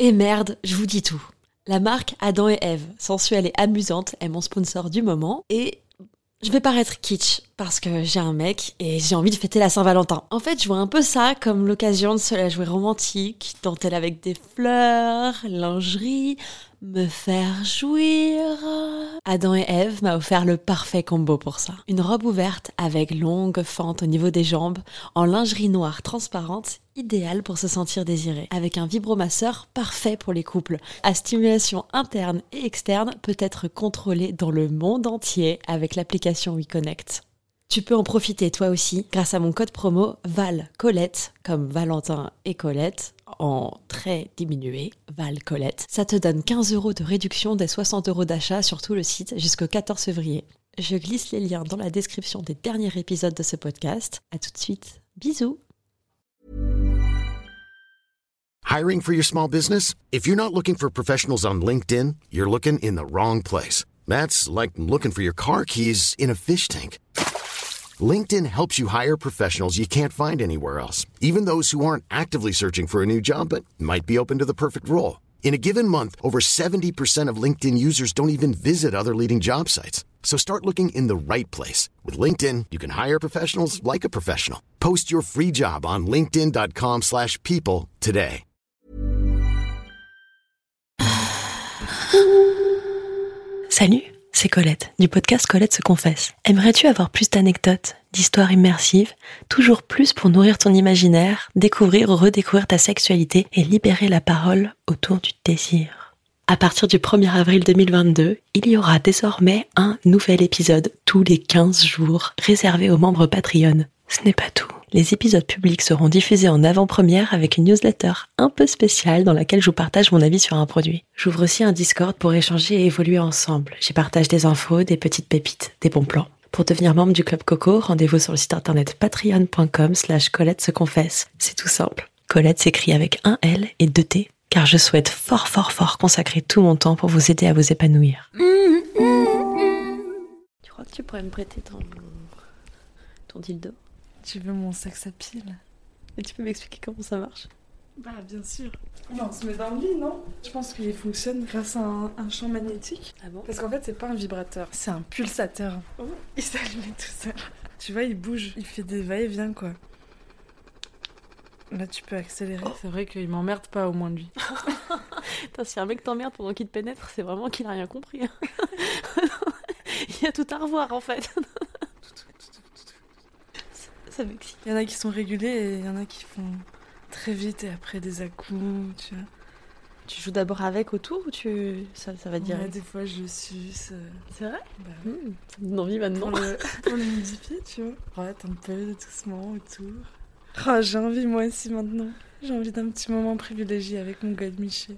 Et merde, je vous dis tout. La marque Adam et Ève, sensuelle et amusante, est mon sponsor du moment et je vais paraître kitsch parce que j'ai un mec et j'ai envie de fêter la Saint-Valentin. En fait, je vois un peu ça comme l'occasion de se la jouer romantique, dentelle avec des fleurs, lingerie, me faire jouir. Adam et Ève m'a offert le parfait combo pour ça. Une robe ouverte avec longue fente au niveau des jambes, en lingerie noire transparente, idéale pour se sentir désiré. Avec un vibromasseur parfait pour les couples. À stimulation interne et externe, peut être contrôlée dans le monde entier avec l'application WeConnect. Tu peux en profiter toi aussi grâce à mon code promo VALCOLETTE, comme Valentin et Colette, en très diminué, VALCOLETTE. Ça te donne 15 € de réduction des 60 € d'achat sur tout le site jusqu'au 14 février. Je glisse les liens dans la description des derniers épisodes de ce podcast. À tout de suite. Bisous. Hiring for your small business? If you're not looking for professionals on LinkedIn, you're looking in the wrong place. That's like looking for your car keys in a fish tank. LinkedIn helps you hire professionals you can't find anywhere else, even those who aren't actively searching for a new job but might be open to the perfect role. In a given month, over 70% of LinkedIn users don't even visit other leading job sites. So start looking in the right place. With LinkedIn, you can hire professionals like a professional. Post your free job on linkedin.com/people today. Salut, c'est Colette, du podcast Colette se confesse. Aimerais-tu avoir plus d'anecdotes, d'histoires immersives, toujours plus pour nourrir ton imaginaire, découvrir ou redécouvrir ta sexualité et libérer la parole autour du désir? À partir du 1er avril 2022, il y aura désormais un nouvel épisode tous les 15 jours, réservé aux membres Patreon. Ce n'est pas tout. Les épisodes publics seront diffusés en avant-première avec une newsletter un peu spéciale dans laquelle je vous partage mon avis sur un produit. J'ouvre aussi un Discord pour échanger et évoluer ensemble. J'y partage des infos, des petites pépites, des bons plans. Pour devenir membre du Club Coco, rendez-vous sur le site internet patreon.com/Colette se confesse. C'est tout simple. Colette s'écrit avec un L et 2 T, car je souhaite fort consacrer tout mon temps pour vous aider à vous épanouir. Tu crois que tu pourrais me prêter ton dildo? Tu veux mon sex appeal? Et tu peux m'expliquer comment ça marche? Bah bien sûr. On se met dans le lit, non? Je pense qu'il fonctionne grâce à un champ magnétique. Ah bon? Parce qu'en fait c'est pas un vibrateur, c'est un pulsateur. Oh. Il s'allume tout seul. Tu vois, il bouge, il fait des va-et-vient quoi. Là tu peux accélérer. C'est vrai qu'il m'emmerde pas au moins lui. Putain, si un mec t'emmerde pendant qu'il te pénètre, c'est vraiment qu'il a rien compris. Il y a tout à revoir en fait. Ça m'excite. Il y en a qui sont régulés et il y en a qui font très vite et après des à-coups, tu vois. Tu joues d'abord avec autour ou ça va direct? Ouais, des fois je suce. C'est vrai? Bah, Ça me donne envie maintenant. Pour le modifier, tu vois. Ouais, un peu doucement autour. Oh, j'ai envie moi aussi maintenant. J'ai envie d'un petit moment privilégié avec mon God Miché.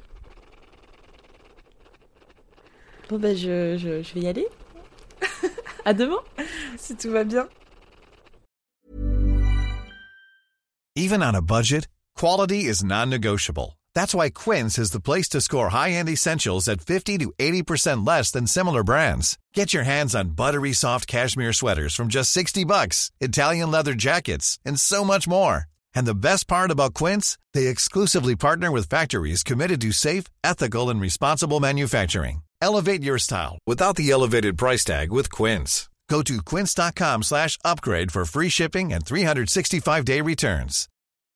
Bon bah je vais y aller. À demain. Si tout va bien. Even on a budget, quality is non-negotiable. That's why Quince is the place to score high-end essentials at 50 to 80% less than similar brands. Get your hands on buttery soft cashmere sweaters from just $60, Italian leather jackets, and so much more. And the best part about Quince, they exclusively partner with factories committed to safe, ethical, and responsible manufacturing. Elevate your style without the elevated price tag with Quince. Go to quince.com/upgrade for free shipping and 365-day returns.